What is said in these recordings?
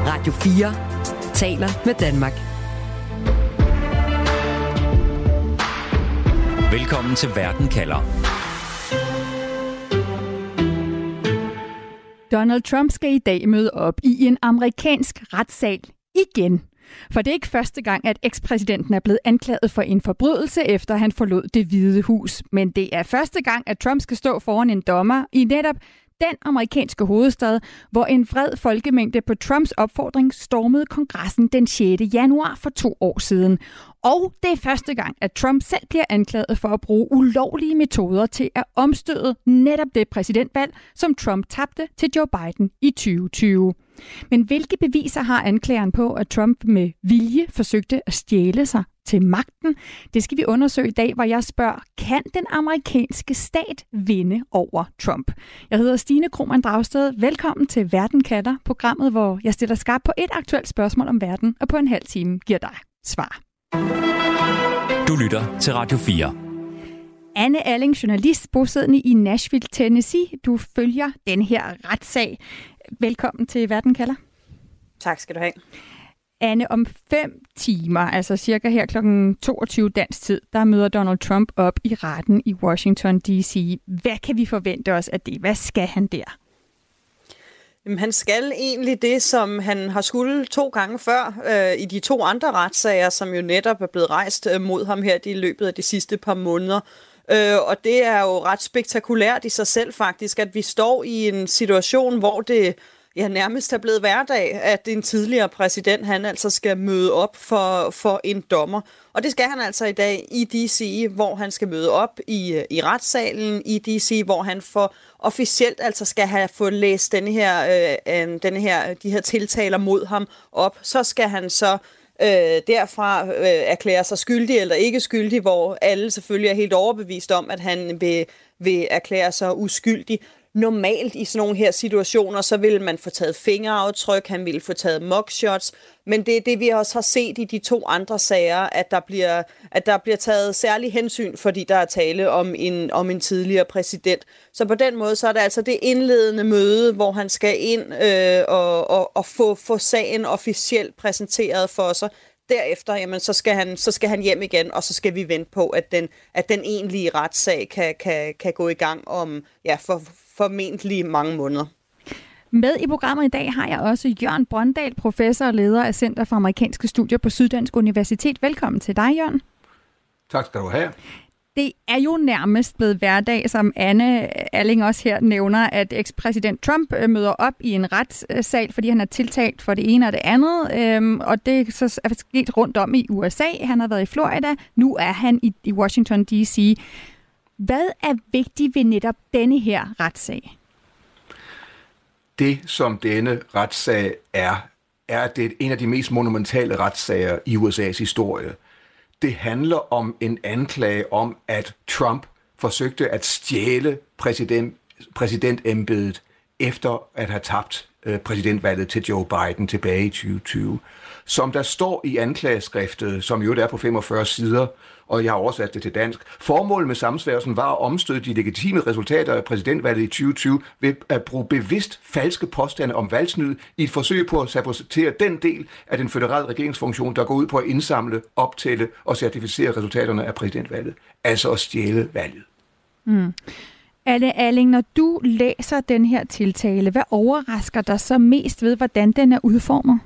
Radio 4 taler med Danmark. Velkommen til Verden kalder. Donald Trump skal i dag møde op i en amerikansk retssal igen. For det er ikke første gang, at ekspræsidenten er blevet anklaget for en forbrydelse, efter han forlod Det Hvide Hus. Men det er første gang, at Trump skal stå foran en dommer i netop den amerikanske hovedstad, hvor en vred folkemængde på Trumps opfordring stormede kongressen den 6. januar for 2 år siden. Og det er første gang, at Trump selv bliver anklaget for at bruge ulovlige metoder til at omstøde netop det præsidentvalg, som Trump tabte til Joe Biden i 2020. Men hvilke beviser har anklageren på, at Trump med vilje forsøgte at stjæle sig til magten? Det skal vi undersøge i dag, hvor jeg spørger, kan den amerikanske stat vinde over Trump? Jeg hedder Stine Krohmann Dragsted. Velkommen til Verden kalder, programmet, hvor jeg stiller skarpt på et aktuelt spørgsmål om verden, og på en halv time giver dig svar. Du lytter til Radio 4. Anne Alling, journalist bosiddende i Nashville, Tennessee. Du følger den her retssag. Velkommen til Verden kalder. Tak skal du have. Anne, om 5 timer, altså cirka her kl. 22 dansk tid, der møder Donald Trump op i retten i Washington D.C. Hvad kan vi forvente os af det? Hvad skal han der? Jamen, han skal egentlig det, som han har skulle 2 gange før i de 2 andre retssager, som jo netop er blevet rejst mod ham her i løbet af de sidste par måneder. Og det er jo ret spektakulært i sig selv faktisk, at vi står i en situation, hvor det nærmest er blevet hverdag, at en tidligere præsident, han altså skal møde op for en dommer. Og det skal han altså i dag i D.C., hvor han skal møde op i retssalen i D.C., hvor han for officielt altså skal have fået læst de her tiltaler mod ham op. Så skal han så derfra erklære sig skyldig eller ikke skyldig, hvor alle selvfølgelig er helt overbevist om, at han vil erklære sig uskyldig. Normalt i sådan nogle her situationer, så vil man få taget fingeraftryk, han vil få taget mugshots, men det er det, vi også har set i de 2 andre sager, at der bliver taget særlig hensyn, fordi der er tale om en tidligere præsident. Så på den måde, så er det altså det indledende møde, hvor han skal ind og få sagen officielt præsenteret for sig. Derefter, jamen, så skal han hjem igen, og så skal vi vente på, at den egentlige retssag kan gå i gang om formentlig mange måneder. Med i programmet i dag har jeg også Jørgen Brøndal, professor og leder af Center for Amerikanske Studier på Syddansk Universitet. Velkommen til dig, Jørgen. Tak skal du have. Det er jo nærmest blevet hverdag, som Anne Alling også her nævner, at ekspræsident Trump møder op i en retssal, fordi han er tiltalt for det ene og det andet. Og det så er sket rundt om i USA. Han har været i Florida. Nu er han i Washington D.C. Hvad er vigtigt ved netop denne her retssag? Det, som denne retssag er at det er en af de mest monumentale retssager i USA's historie. Det handler om en anklage om, at Trump forsøgte at stjæle præsidentembedet efter at have tabt præsidentvalget til Joe Biden tilbage i 2020. Som der står i anklageskriftet, som jo er på 45 sider, og jeg har oversat det til dansk. Formålet med sammensværgelsen var at omstøde de legitime resultater af præsidentvalget i 2020 ved at bruge bevidst falske påstande om valgsnyd i et forsøg på at sabotere den del af den føderale regeringsfunktion, der går ud på at indsamle, optælle og certificere resultaterne af præsidentvalget. Altså at stjæle valget. Anne Alling, når du læser den her tiltale, hvad overrasker dig så mest ved, hvordan den er udformet?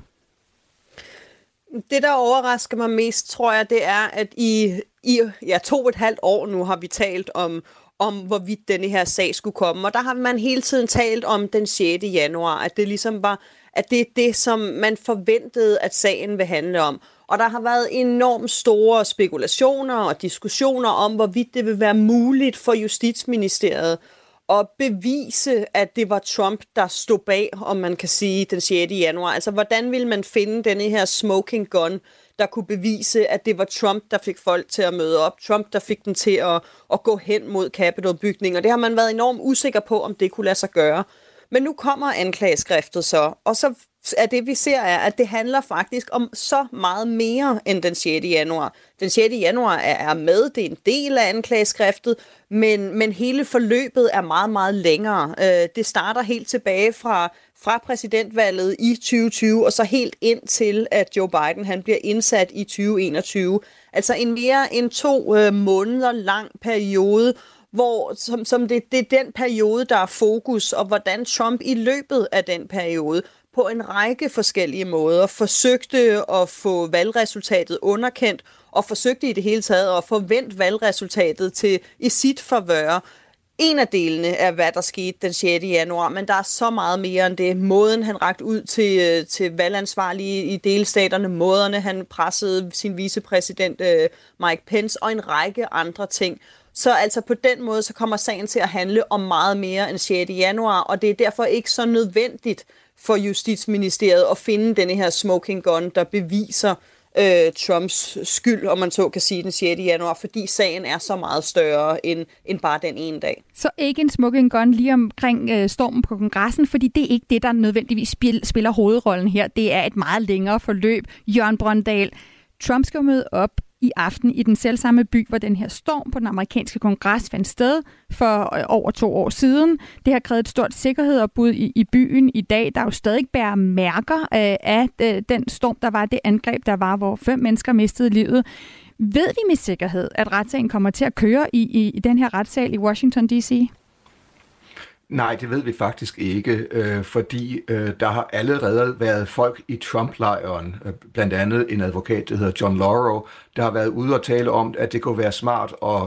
Det, der overrasker mig mest, tror jeg, det er, at i 2,5 år nu har vi talt om hvorvidt denne her sag skulle komme. Og der har man hele tiden talt om den 6. januar, at det ligesom var, at det er det, som man forventede, at sagen vil handle om. Og der har været enormt store spekulationer og diskussioner om, hvorvidt det vil være muligt for Justitsministeriet at bevise, at det var Trump, der stod bag, om man kan sige, den 6. januar. Altså, hvordan vil man finde denne her smoking gun, der kunne bevise, at det var Trump, der fik folk til at møde op. Trump, der fik dem til at gå hen mod Capitol-bygningen. Og det har man været enormt usikker på, om det kunne lade sig gøre. Men nu kommer anklageskriftet så, og så er det, vi ser, er, at det handler faktisk om så meget mere end den 6. januar. Den 6. januar er med, det er en del af anklageskriftet, men hele forløbet er meget, meget længere. Det starter helt tilbage fra præsidentvalget i 2020, og så helt ind til, at Joe Biden han bliver indsat i 2021. Altså en mere end 2 måneder lang periode, hvor som det er den periode, der er fokus, og hvordan Trump i løbet af den periode på en række forskellige måder forsøgte at få valgresultatet underkendt, og forsøgte i det hele taget at forvente valgresultatet til i sit favør. En af delene er, hvad der skete den 6. januar, men der er så meget mere end det. Måden, han rakte ud til valgansvarlige i delstaterne, måderne, han pressede sin vicepræsident Mike Pence og en række andre ting. Så altså på den måde, så kommer sagen til at handle om meget mere end 6. januar, og det er derfor ikke så nødvendigt for Justitsministeriet at finde denne her smoking gun, der beviser Trumps skyld, om man så kan sige, den 6. januar, fordi sagen er så meget større end bare den ene dag. Så ikke en smoking gun lige omkring stormen på kongressen, fordi det er ikke det, der nødvendigvis spiller hovedrollen her. Det er et meget længere forløb. Jørgen Brøndal, Trump skal møde op i aften i den selvsamme by, hvor den her storm på den amerikanske kongres fandt sted for over 2 år siden. Det har krævet et stort sikkerhedsopbud i byen i dag, der jo stadig bærer mærker af den storm, der var, det angreb, der var, hvor 5 mennesker mistede livet. Ved vi med sikkerhed, at retssagen kommer til at køre i den her retssal i Washington D.C.? Nej, det ved vi faktisk ikke, fordi der har allerede været folk i Trump-lejren, blandt andet en advokat, der hedder John Lauro, der har været ude og tale om, at det kunne være smart at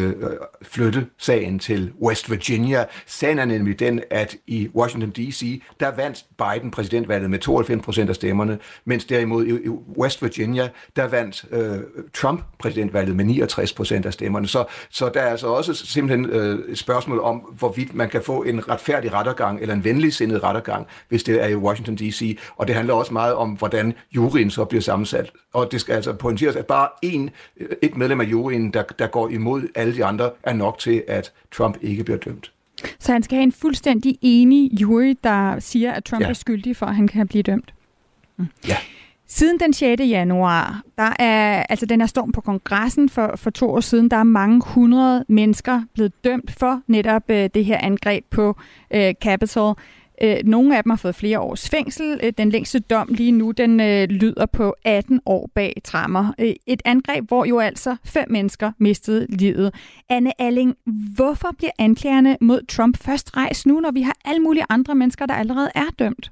flytte sagen til West Virginia. Sagen er nemlig den, at i Washington D.C., der vandt Biden præsidentvalget med 92% af stemmerne, mens derimod i West Virginia, der vandt Trump præsidentvalget med 69% af stemmerne. Så der er altså også simpelthen et spørgsmål om, hvorvidt man kan få en retfærdig rettergang eller en venligsindet rettergang, hvis det er i Washington D.C., og det handler også meget om, hvordan juryen så bliver sammensat. Og det skal altså pointeres, at bare et medlem af juryen, der går imod alle de andre, er nok til, at Trump ikke bliver dømt. Så han skal have en fuldstændig enig jury, der siger, at Trump er skyldig for, at han kan blive dømt? Ja. Siden den 6. januar, der er altså den her storm på kongressen for 2 år siden, der er mange 100 mennesker blevet dømt for netop det her angreb på Capitol. Nogle af dem har fået flere års fængsel. Den længste dom lige nu, den lyder på 18 år bag tremmer. Et angreb, hvor jo altså 5 mennesker mistede livet. Anne Alling, hvorfor bliver anklagerne mod Trump først rejst nu, når vi har alle mulige andre mennesker, der allerede er dømt?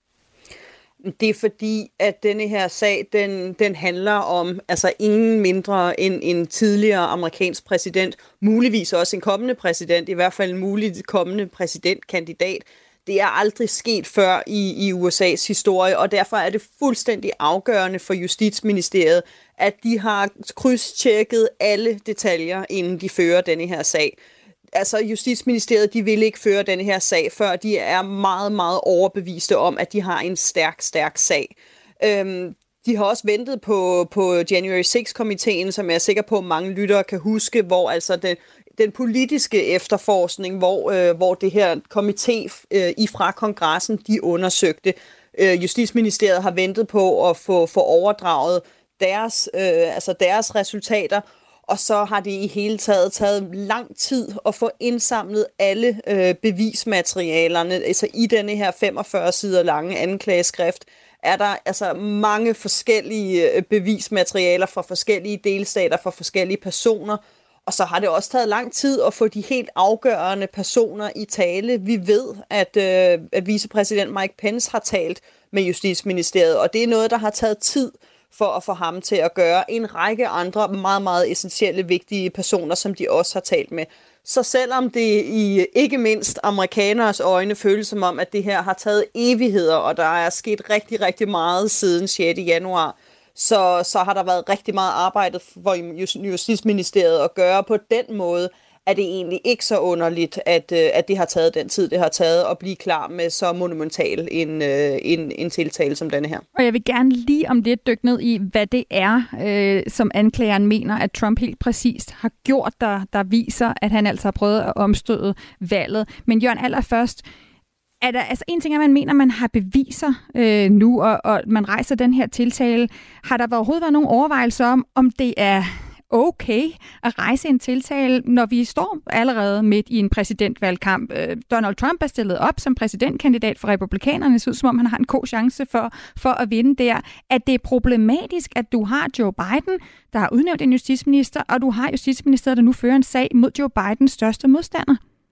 Det er fordi, at denne her sag, den handler om altså ingen mindre end en tidligere amerikansk præsident, muligvis også en kommende præsident, i hvert fald en mulig kommende præsidentkandidat. Det er aldrig sket før i USA's historie, og derfor er det fuldstændig afgørende for Justitsministeriet, at de har krydstjekket alle detaljer, inden de fører denne her sag. Altså Justitsministeriet, de vil ikke føre denne her sag, før de er meget, meget overbeviste om, at de har en stærk sag. De har også ventet på January 6-komiteen, som jeg er sikker på, at mange lyttere kan huske, hvor altså den politiske efterforskning, hvor det her komité fra kongressen, de undersøgte. Justitsministeriet har ventet på at få overdraget deres resultater, og så har det i hele taget lang tid at få indsamlet alle bevismaterialerne. Altså i denne her 45 sider lange anklageskrift er der altså mange forskellige bevismaterialer fra forskellige delstater, fra forskellige personer. Og så har det også taget lang tid at få de helt afgørende personer i tale. Vi ved, at vicepræsident Mike Pence har talt med Justitsministeriet, og det er noget, der har taget tid for at få ham til at gøre en række andre meget, meget essentielle, vigtige personer, som de også har talt med. Så selvom det i ikke mindst amerikaneres øjne føles som om, at det her har taget evigheder, og der er sket rigtig, rigtig meget siden 6. januar, så har der været rigtig meget arbejde for Justitsministeriet at gøre på den måde, er det egentlig ikke så underligt, at det har taget den tid, det har taget at blive klar med så monumental en tiltale som denne her. Og jeg vil gerne lige om lidt dykke ned i, hvad det er, som anklageren mener, at Trump helt præcist har gjort, der viser, at han altså har prøvet at omstøde valget. Men Jørgen, allerførst, Altså en ting er, at man mener, at man har beviser nu, og man rejser den her tiltale. Har der overhovedet været nogen overvejelser om det er okay at rejse en tiltale, når vi står allerede midt i en præsidentvalgkamp? Donald Trump er stillet op som præsidentkandidat for republikanerne. Det ser ud som om, han har en god chance for at vinde der. At det er problematisk, at du har Joe Biden, der har udnævnt en justitsminister, og du har justitsministeriet, der nu fører en sag mod Joe Bidens største modstander?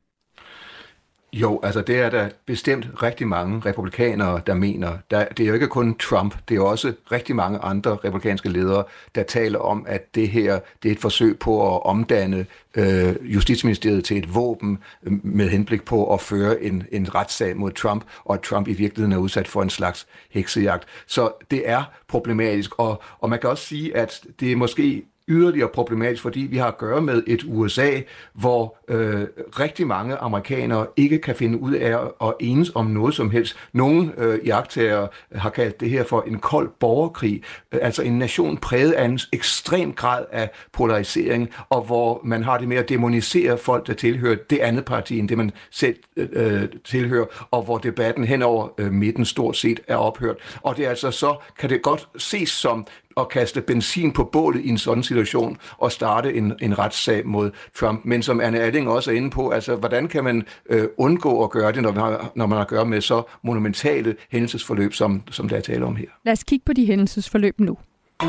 Jo, altså det er der bestemt rigtig mange republikanere, der mener. Det er jo ikke kun Trump, det er også rigtig mange andre republikanske ledere, der taler om, at det her det er et forsøg på at omdanne Justitsministeriet til et våben med henblik på at føre en retssag mod Trump, og at Trump i virkeligheden er udsat for en slags heksejagt. Så det er problematisk, og man kan også sige, at det er måske yderligere problematisk, fordi vi har at gøre med et USA, hvor rigtig mange amerikanere ikke kan finde ud af at enes om noget som helst. Nogle iagttagere har kaldt det her for en kold borgerkrig, altså en nation præget af en ekstrem grad af polarisering, og hvor man har det med at dæmonisere folk, der tilhører det andet parti, end det man selv tilhører, og hvor debatten henover midten stort set er ophørt. Og det er altså så, kan det godt ses som at kaste benzin på bålet i en sådan situation og starte en retssag mod Trump. Men som Anne Alling også er inde på, altså hvordan kan man undgå at gøre det, når man har at gøre med så monumentale hændelsesforløb, som der er tale om her? Lad os kigge på de hændelsesforløb nu.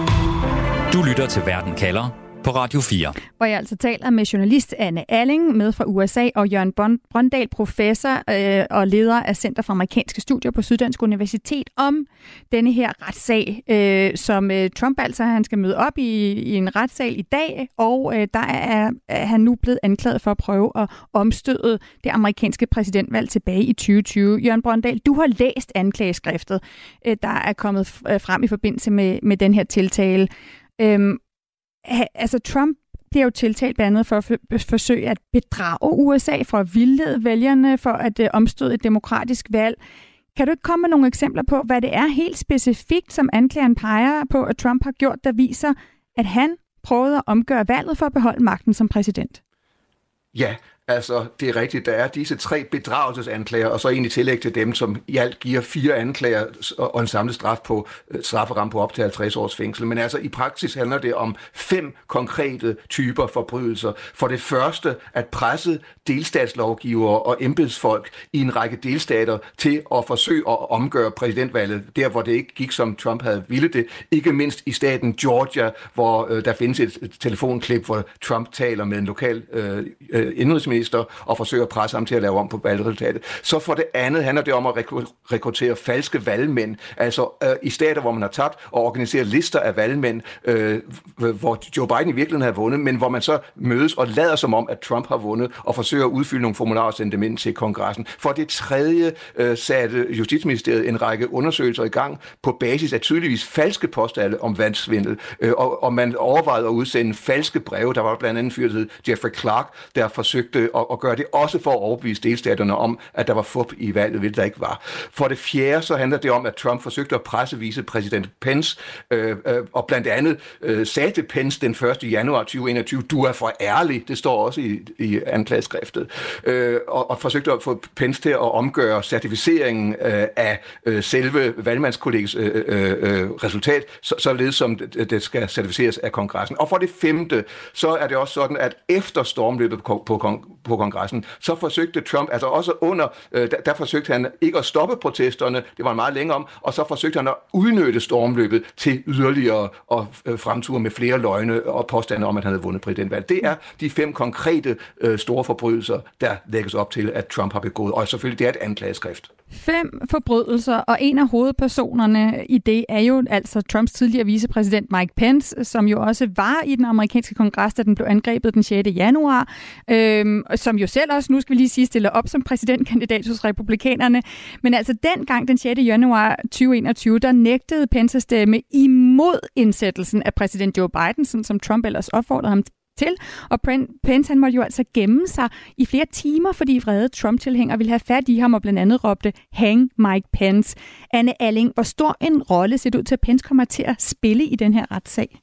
Du lytter til Verden kalder på Radio 4. Hvor jeg altså taler med journalist Anne Alling med fra USA og Jørgen Brøndal, professor og leder af Center for Amerikanske Studier på Syddansk Universitet, om denne her retssag, som Trump altså han skal møde op i en retssal i dag, og der er han nu blevet anklaget for at prøve at omstøde det amerikanske præsidentvalg tilbage i 2020. Jørgen Brøndal, du har læst anklageskriftet, der er kommet frem i forbindelse med den her tiltale. Altså Trump bliver jo tiltalt blandt andet for at forsøge at bedrage USA, for at vildlede vælgerne, for at omstøde et demokratisk valg. Kan du ikke komme med nogle eksempler på, hvad det er helt specifikt, som anklageren peger på, at Trump har gjort, der viser, at han prøvede at omgøre valget for at beholde magten som præsident? Ja, altså det er rigtigt. Der er disse 3 bedragelsesanklager, og så egentlig tillæg til dem, som i alt giver 4 anklager og en samlet strafferamme på op til 50 års fængsel. Men altså i praksis handler det om 5 konkrete typer forbrydelser. For det første at presse delstatslovgivere og embedsfolk i en række delstater til at forsøge at omgøre præsidentvalget, der hvor det ikke gik, som Trump havde ville det. Ikke mindst i staten Georgia, hvor der findes et telefonklip, hvor Trump taler med en lokal indrigsminister og forsøger at presse ham til at lave om på valgresultatet. Så for det andet handler det om at rekruttere falske valgmænd, altså i stater, hvor man har tabt, og organisere lister af valgmænd, hvor Joe Biden i virkeligheden har vundet, men hvor man så mødes og lader som om, at Trump har vundet, og forsøger at udfylde nogle formularer og sende dem ind til kongressen. For det tredje satte Justitsministeriet en række undersøgelser i gang på basis af tydeligvis falske påstande om valgsvindel, og man overvejede at udsende falske breve. Der var blandt andet en fyr, der hed Jeffrey Clark, der forsøgte at gøre det også for at overbevise delstaterne om, at der var fup i valget, hvilket der ikke var. For det fjerde så handler det om, at Trump forsøgte at presse vicepræsident Pence, og blandt andet sagde til Pence den 1. januar 2021, du er for ærlig, det står også i anklageskriftet, og forsøgte at få Pence til at omgøre certificeringen af selve valgmandskollegiets resultat, således som det skal certificeres af kongressen. Og for det femte, så er det også sådan, at efter stormløbet på kongressen, så forsøgte Trump, altså også under, der forsøgte han ikke at stoppe protesterne, det var meget længere om, og så forsøgte han at udnytte stormløbet til yderligere og fremture med flere løgne og påstande om, at han havde vundet præsidentvalget. Det er de 5 konkrete store forbrydelser, der lægges op til, at Trump har begået, og selvfølgelig det er et anklageskrift. 5 forbrydelser, og en af hovedpersonerne i det er jo altså Trumps tidligere vicepræsident Mike Pence, som jo også var i den amerikanske kongres, da den blev angrebet den 6. januar, som jo selv også, nu skal vi lige sige, stiller op som præsidentkandidat hos republikanerne. Men altså dengang den 6. januar 2021, der nægtede Pence at stemme imod indsættelsen af præsident Joe Biden, sådan som Trump ellers opfordrede ham til. Og Pence han måtte jo altså gemme sig i flere timer, fordi vrede Trump-tilhængere ville have fat i ham og blandt andet råbte, hang Mike Pence. Anne Alling, hvor stor en rolle ser det ud til, at Pence kommer til at spille i den her retssag?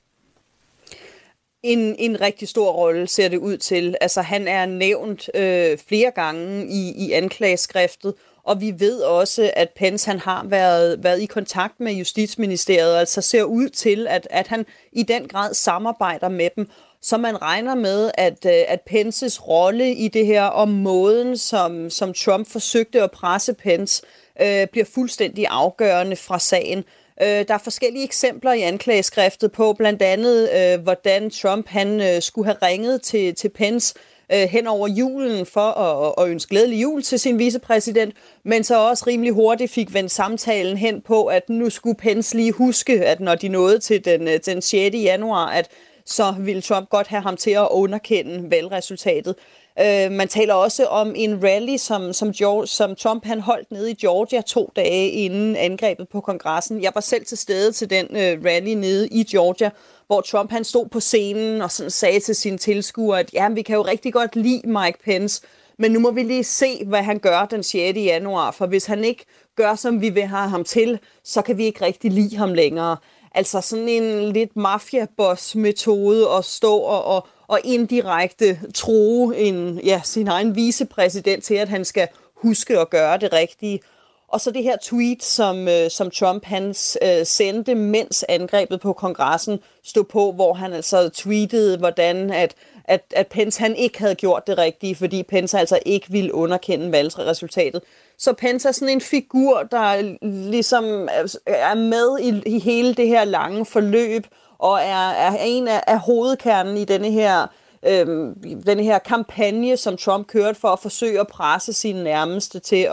En rigtig stor rolle ser det ud til. Altså han er nævnt flere gange i anklageskriftet, Og vi ved også, at Pence han har været i kontakt med Justitsministeriet, altså ser ud til, at han i den grad samarbejder med dem. Så man regner med, at Pences rolle i det her, og måden, som Trump forsøgte at presse Pence, bliver fuldstændig afgørende fra sagen. Der er forskellige eksempler i anklageskriftet på, blandt andet, hvordan Trump han skulle have ringet til Pence hen over julen for at ønske glædelig jul til sin vicepræsident, men så også rimelig hurtigt fik vendt samtalen hen på, at nu skulle Pence lige huske, at når de nåede til den 6. januar, at så ville Trump godt have ham til at underkende valgresultatet. Man taler også om en rally, som Trump han holdt nede i Georgia 2 dage inden angrebet på kongressen. Jeg var selv til stede til den rally nede i Georgia, hvor Trump han stod på scenen og sådan sagde til sine tilskuere, at ja, vi kan jo rigtig godt lide Mike Pence, men nu må vi lige se, hvad han gør den 6. januar, for hvis han ikke gør, som vi vil have ham til, så kan vi ikke rigtig lide ham længere. Altså sådan en lidt mafia-boss-metode at stå og indirekte true sin egen vicepræsident til, at han skal huske at gøre det rigtige. Og så det her tweet, som Trump han sendte, mens angrebet på kongressen stod på, hvor han altså tweetede, hvordan at Pence han ikke havde gjort det rigtige, fordi Pence altså ikke ville underkende valgresultatet. Så Pence er sådan en figur, der ligesom er med i hele det her lange forløb, og er en af hovedkernen i denne her kampagne, som Trump kørte for at forsøge at presse sine nærmeste til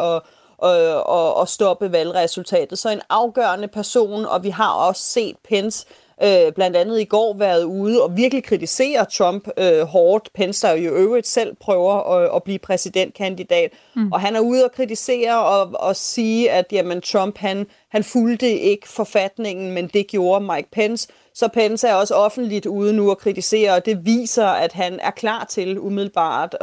at stoppe valgresultatet. Så en afgørende person, og vi har også set Pence blandt andet i går været ude og virkelig kritisere Trump hårdt. Pence, der jo i øvrigt selv prøver at blive præsidentkandidat. Og han er ude og kritisere og sige, at jamen, Trump han fulgte ikke forfatningen, men det gjorde Mike Pence. Så Pence er også offentligt ude nu at kritisere, og det viser, at han er klar til umiddelbart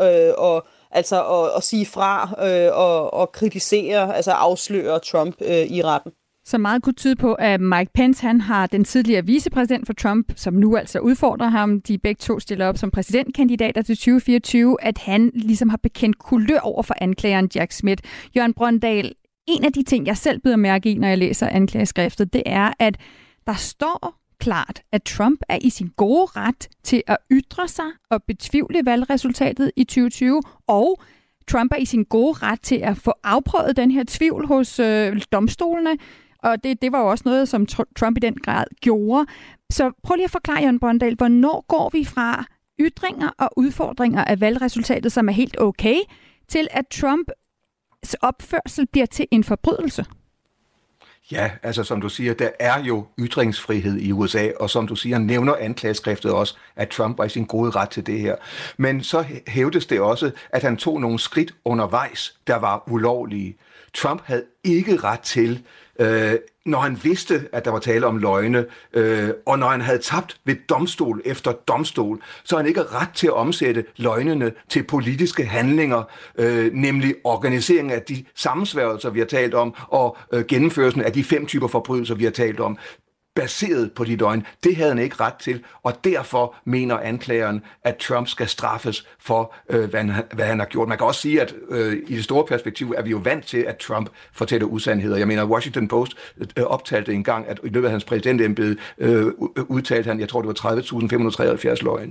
at sige fra og kritisere, altså afsløre Trump i retten. Så meget kunne tyde på, at Mike Pence han har den tidligere vicepræsident for Trump, som nu altså udfordrer ham. De begge to stiller op som præsidentkandidater til 2024, at han ligesom har bekendt kulør over for anklageren Jack Smith. Jørgen Brøndal, en af de ting, jeg selv bider mærke i, når jeg læser anklageskriftet, det er, at der står klart, at Trump er i sin gode ret til at ytre sig og betvivle valgresultatet i 2020, og Trump er i sin gode ret til at få afprøvet den her tvivl hos domstolene. Og det var jo også noget, som Trump i den grad gjorde. Så prøv lige at forklare, Jørgen Brøndal, hvornår går vi fra ytringer og udfordringer af valgresultatet, som er helt okay, til at Trumps opførsel bliver til en forbrydelse? Ja, altså som du siger, der er jo ytringsfrihed i USA, og som du siger, nævner anklageskriftet også, at Trump var i sin gode ret til det her. Men så hævdes det også, at han tog nogle skridt undervejs, der var ulovlige. Trump havde ikke ret til, når han vidste, at der var tale om løgne, og når han havde tabt ved domstol efter domstol, så han ikke ret til at omsætte løgnene til politiske handlinger, nemlig organiseringen af de sammensværgelser, vi har talt om, og gennemførelsen af de 5 typer forbrydelser, vi har talt om, baseret på de løgne. Det havde han ikke ret til, og derfor mener anklageren, at Trump skal straffes for, hvad han har gjort. Man kan også sige, at i det store perspektiv er vi jo vant til, at Trump fortæller usandheder. Jeg mener, Washington Post optalte en gang, at i løbet af hans præsidentembede udtalte han, jeg tror det var 30.573 løgne.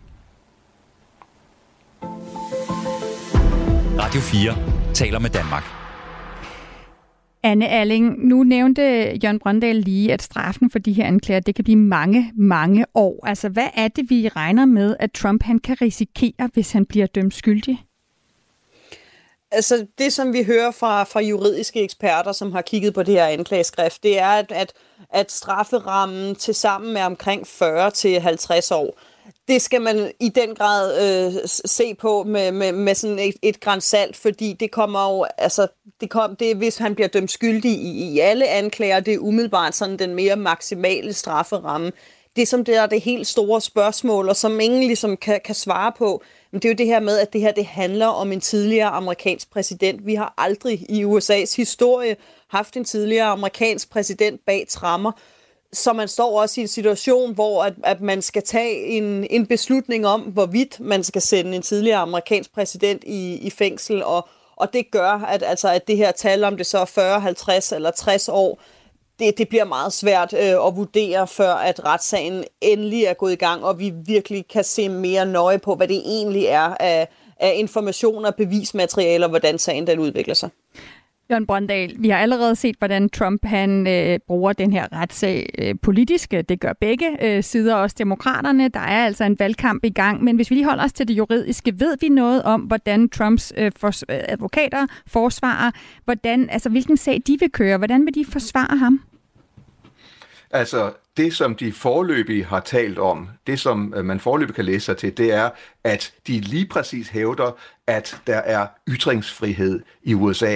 Radio 4 taler med Danmark. Anne Alling, nu nævnte Jørgen Brøndal lige, at straffen for de her anklager, det kan blive mange, mange år. Altså, hvad er det, vi regner med, at Trump han kan risikere, hvis han bliver dømt skyldig? Altså, det som vi hører fra juridiske eksperter, som har kigget på det her anklageskrift, det er, at strafferammen til sammen er omkring 40 til 50 år. Det skal man i den grad se på med sådan et gran salt, fordi det kommer jo, altså det hvis han bliver dømt skyldig i alle anklager, det er umiddelbart sådan den mere maksimale strafferamme. Det som det er det helt store spørgsmål, og som ingen ligesom kan svare på, men det er jo det her med, at det her det handler om en tidligere amerikansk præsident. Vi har aldrig i USA's historie haft en tidligere amerikansk præsident bag tremmer. Så man står også i en situation, hvor at man skal tage en beslutning om, hvorvidt man skal sende en tidligere amerikansk præsident i fængsel. Og det gør, at det her tal, om det så er 40, 50 eller 60 år, det bliver meget svært at vurdere, før at retssagen endelig er gået i gang, og vi virkelig kan se mere nøje på, hvad det egentlig er af informationer og bevismaterialer, hvordan sagen den udvikler sig. Jørgen Brøndal, vi har allerede set, hvordan Trump han bruger den her retssag politisk. Det gør begge sider, også demokraterne. Der er altså en valgkamp i gang. Men hvis vi lige holder os til det juridiske, ved vi noget om, hvordan Trumps advokater forsvarer, hvilken sag de vil køre? Hvordan vil de forsvare ham? Altså, det som de foreløbig har talt om, det som man foreløbig kan læse sig til, det er, at de lige præcis hævder, at der er ytringsfrihed i USA.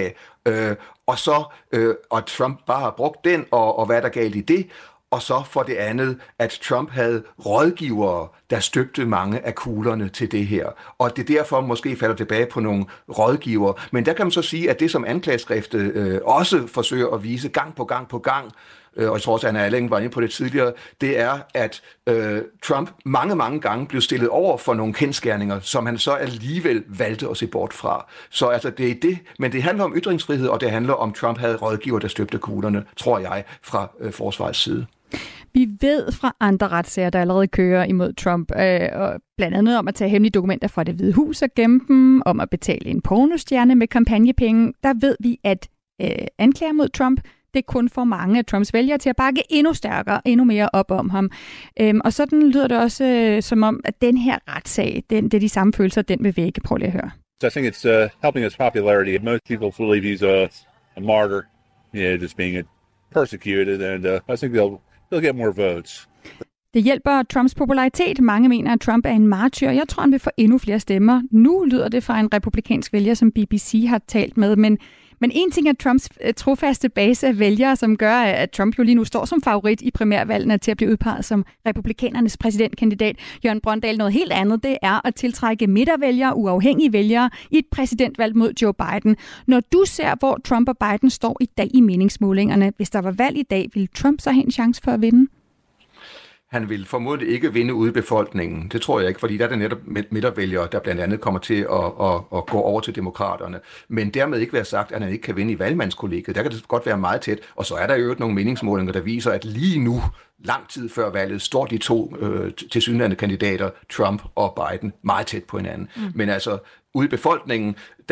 Og Trump bare har brugt den, og hvad er der galt i det? Og så for det andet, at Trump havde rådgivere, der støbte mange af kuglerne til det her. Og det derfor måske falder tilbage på nogle rådgivere. Men der kan man så sige, at det som anklageskriftet også forsøger at vise gang på gang, og jeg tror også, at Anna Alling var inde på det tidligere, det er, at Trump mange gange blev stillet over for nogle kendsgerninger, som han så alligevel valgte at se bort fra. Så altså, det er det, men det handler om ytringsfrihed, og det handler om, Trump havde rådgiver, der støbte kuglerne, tror jeg, fra forsvarets side. Vi ved fra andre retssager, der allerede kører imod Trump, og blandt andet om at tage hemmelige dokumenter fra Det Hvide Hus og gemme dem, om at betale en pornostjerne med kampagnepenge. Der ved vi, at anklager mod Trump, det kun får mange af Trumps vælgere til at bakke endnu stærkere, endnu mere op om ham. Og sådan lyder det også som om, at den her retssag, det er de samme følelser, den vil vække. Prøv lige at høre. So I think it's helping his popularity. Most people believe he's a martyr, just being persecuted, and I think they'll get more votes. Det hjælper Trumps popularitet. Mange mener, at Trump er en martyr. Jeg tror, han vil få endnu flere stemmer. Nu lyder det fra en republikansk vælger, som BBC har talt med, men en ting er Trumps trofaste base af vælgere, som gør, at Trump jo lige nu står som favorit i primærvalgene til at blive udpeget som republikanernes præsidentkandidat. Jørgen Brøndal, noget helt andet, det er at tiltrække midtervælgere, uafhængige vælgere i et præsidentvalg mod Joe Biden. Når du ser, hvor Trump og Biden står i dag i meningsmålingerne, hvis der var valg i dag, ville Trump så have en chance for at vinde? Han vil formodentlig ikke vinde ude i befolkningen. Det tror jeg ikke, fordi der er det netop midtervælgere, der blandt andet kommer til at gå over til demokraterne. Men dermed ikke være sagt, at han ikke kan vinde i valgmandskollegiet. Der kan det godt være meget tæt. Og så er der jo nogle meningsmålinger, der viser, at lige nu, lang tid før valget, står de to tilsyneladende kandidater, Trump og Biden, meget tæt på hinanden. Men altså, ude i befolkningen,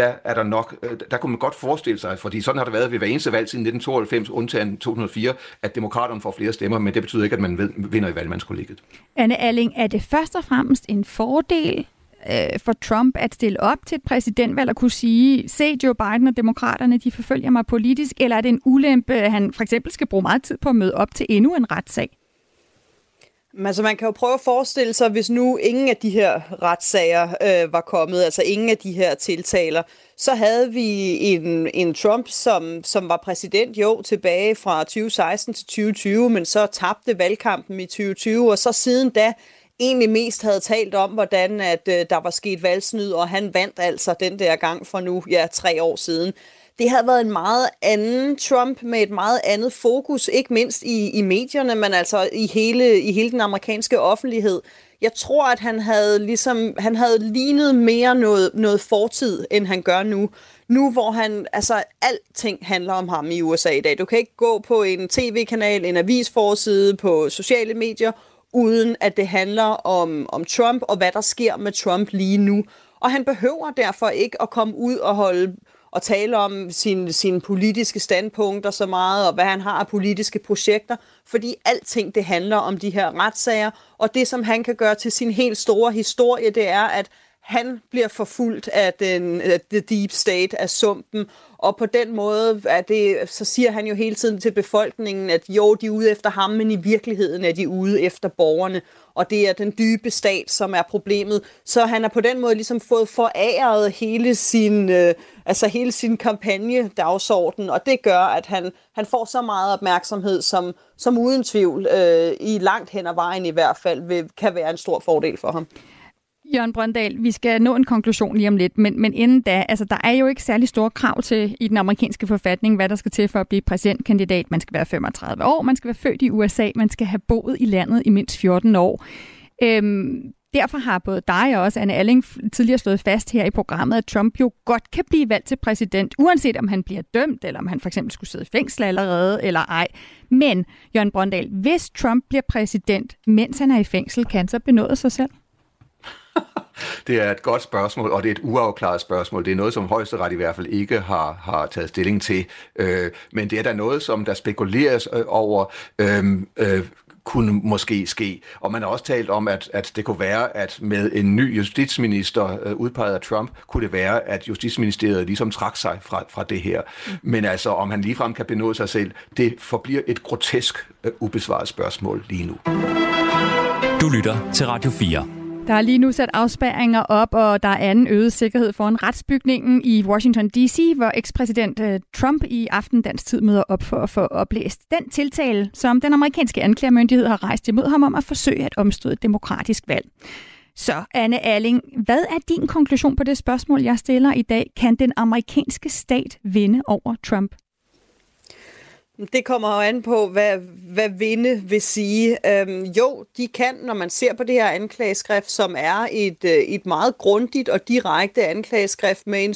der kunne man godt forestille sig, fordi sådan har det været ved hver eneste valg siden 1992, undtagen 2004, at demokraterne får flere stemmer, men det betyder ikke, at man vinder i valgmandskollegiet. Anne Alling, er det først og fremmest en fordel for Trump at stille op til et præsidentvalg og kunne sige, se Joe Biden og demokraterne, de forfølger mig politisk, eller er det en ulempe, at han for eksempel skal bruge meget tid på at møde op til endnu en retssag? Altså man kan jo prøve at forestille sig, hvis nu ingen af de her retssager var kommet, altså ingen af de her tiltaler, så havde vi en Trump, som var præsident tilbage fra 2016 til 2020, men så tabte valgkampen i 2020, og så siden da egentlig mest havde talt om, hvordan at der var sket valgsnyd, og han vandt altså den der gang for nu 3 år siden. Det havde været en meget anden Trump med et meget andet fokus, ikke mindst i medierne, men altså i hele den amerikanske offentlighed. Jeg tror, at han havde lignet mere noget fortid, end han gør nu. Nu hvor alting handler om ham i USA i dag. Du kan ikke gå på en tv-kanal, en avisforside, på sociale medier, uden at det handler om Trump og hvad der sker med Trump lige nu. Og han behøver derfor ikke at komme ud og tale om sine politiske standpunkter så meget, og hvad han har af politiske projekter, fordi alting det handler om de her retssager, og det som han kan gøre til sin helt store historie, det er, at han bliver forfulgt af the deep state, af sumpen, og på den måde så siger han jo hele tiden til befolkningen, at de er ude efter ham, men i virkeligheden er de ude efter borgerne, og det er den dybe stat, som er problemet. Så han har på den måde ligesom fået foræret hele sin kampagnedagsorden, og det gør, at han får så meget opmærksomhed, som uden tvivl i langt hen ad vejen i hvert fald kan være en stor fordel for ham. Jørgen Brøndal, vi skal nå en konklusion lige om lidt, men inden da, altså der er jo ikke særlig store krav til i den amerikanske forfatning, hvad der skal til for at blive præsidentkandidat. Man skal være 35 år, man skal være født i USA, man skal have boet i landet i mindst 14 år. derfor har både dig og også Anne Alling tidligere slået fast her i programmet, at Trump jo godt kan blive valgt til præsident, uanset om han bliver dømt, eller om han for eksempel skulle sidde i fængsel allerede, eller ej. Men, Jørgen Brøndal, hvis Trump bliver præsident, mens han er i fængsel, kan han så benåde sig selv? Det er et godt spørgsmål, og det er et uafklaret spørgsmål. Det er noget, som Højesteret i hvert fald ikke har taget stilling til. Men det er da noget, som der spekuleres over, kunne måske ske. Og man har også talt om, at det kunne være, at med en ny justitsminister udpeget af Trump, kunne det være, at justitsministeriet ligesom trak sig fra det her. Men altså, om han ligefrem kan benåde sig selv, det forbliver et grotesk ubesvaret spørgsmål lige nu. Du lytter til Radio 4. Der er lige nu sat afspærringer op, og der er anden øget sikkerhed foran retsbygningen i Washington D.C., hvor ekspræsident Trump i aften dansk tid møder op for at få oplæst den tiltale, som den amerikanske anklagemyndighed har rejst imod ham om at forsøge at omstøde et demokratisk valg. Så, Anne Alling, hvad er din konklusion på det spørgsmål, jeg stiller i dag? Kan den amerikanske stat vinde over Trump? Det kommer jo an på, hvad vinde vil sige. Jo, de kan, når man ser på det her anklageskrift, som er et meget grundigt og direkte anklageskrift med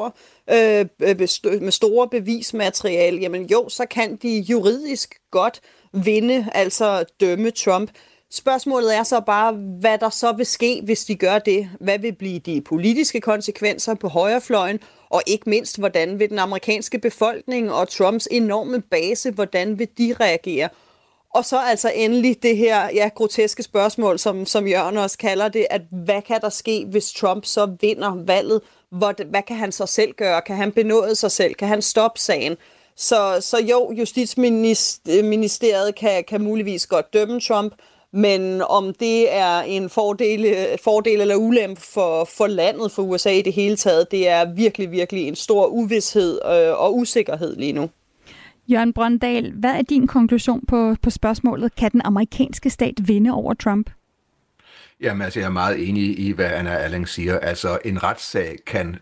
med store bevismateriale, jamen jo, så kan de juridisk godt vinde, altså dømme Trump. Spørgsmålet er så bare, hvad der så vil ske, hvis de gør det. Hvad vil blive de politiske konsekvenser på højrefløjen? Og ikke mindst, hvordan vil den amerikanske befolkning og Trumps enorme base, hvordan vil de reagere? Og så altså endelig det her groteske spørgsmål, som Jørgen også kalder det, at hvad kan der ske, hvis Trump så vinder valget? Hvad kan han så selv gøre? Kan han benåde sig selv? Kan han stoppe sagen? Så jo, Justitsministeriet kan muligvis godt dømme Trump, men om det er en fordel eller ulempe for landet, for USA i det hele taget, det er virkelig, virkelig en stor uvished og usikkerhed lige nu. Jørgen Brøndal, hvad er din konklusion på spørgsmålet? Kan den amerikanske stat vinde over Trump? Jamen, altså, jeg er meget enig i, hvad Anna Alling siger. Altså, en retssag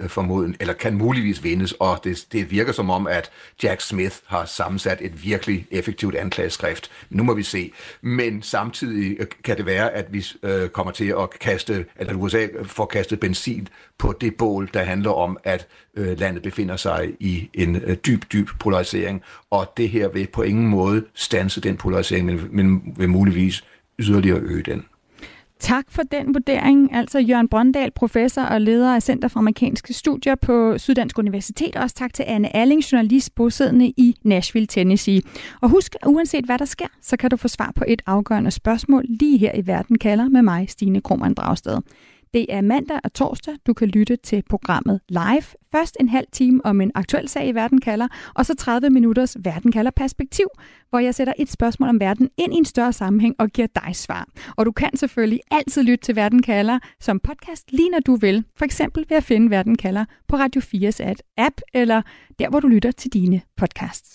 kan muligvis vindes, og det virker som om, at Jack Smith har sammensat et virkelig effektivt anklageskrift. Nu må vi se. Men samtidig kan det være, at vi kommer til at USA får kastet benzin på det bål, der handler om, at landet befinder sig i en dyb polarisering, og det her vil på ingen måde standse den polarisering, men vil muligvis yderligere øge den. Tak for den vurdering. Altså Jørgen Brøndal, professor og leder af Center for Amerikanske Studier på Syddansk Universitet. Også tak til Anne Alling, journalist bosiddende i Nashville, Tennessee. Og husk, uanset hvad der sker, så kan du få svar på et afgørende spørgsmål lige her i Verden kalder med mig, Stine Krohmann Dragsted. Det er mandag og torsdag, du kan lytte til programmet live. Først en halv time om en aktuel sag i Verden kalder, og så 30 minutters Verden kalder perspektiv, hvor jeg sætter et spørgsmål om verden ind i en større sammenhæng og giver dig svar. Og du kan selvfølgelig altid lytte til Verden kalder som podcast, lige når du vil. For eksempel ved at finde Verden kalder på Radio 4's app, eller der, hvor du lytter til dine podcasts.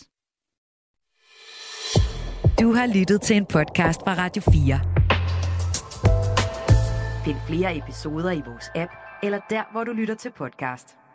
Du har lyttet til en podcast fra Radio 4. Find flere episoder i vores app, eller der, hvor du lytter til podcast.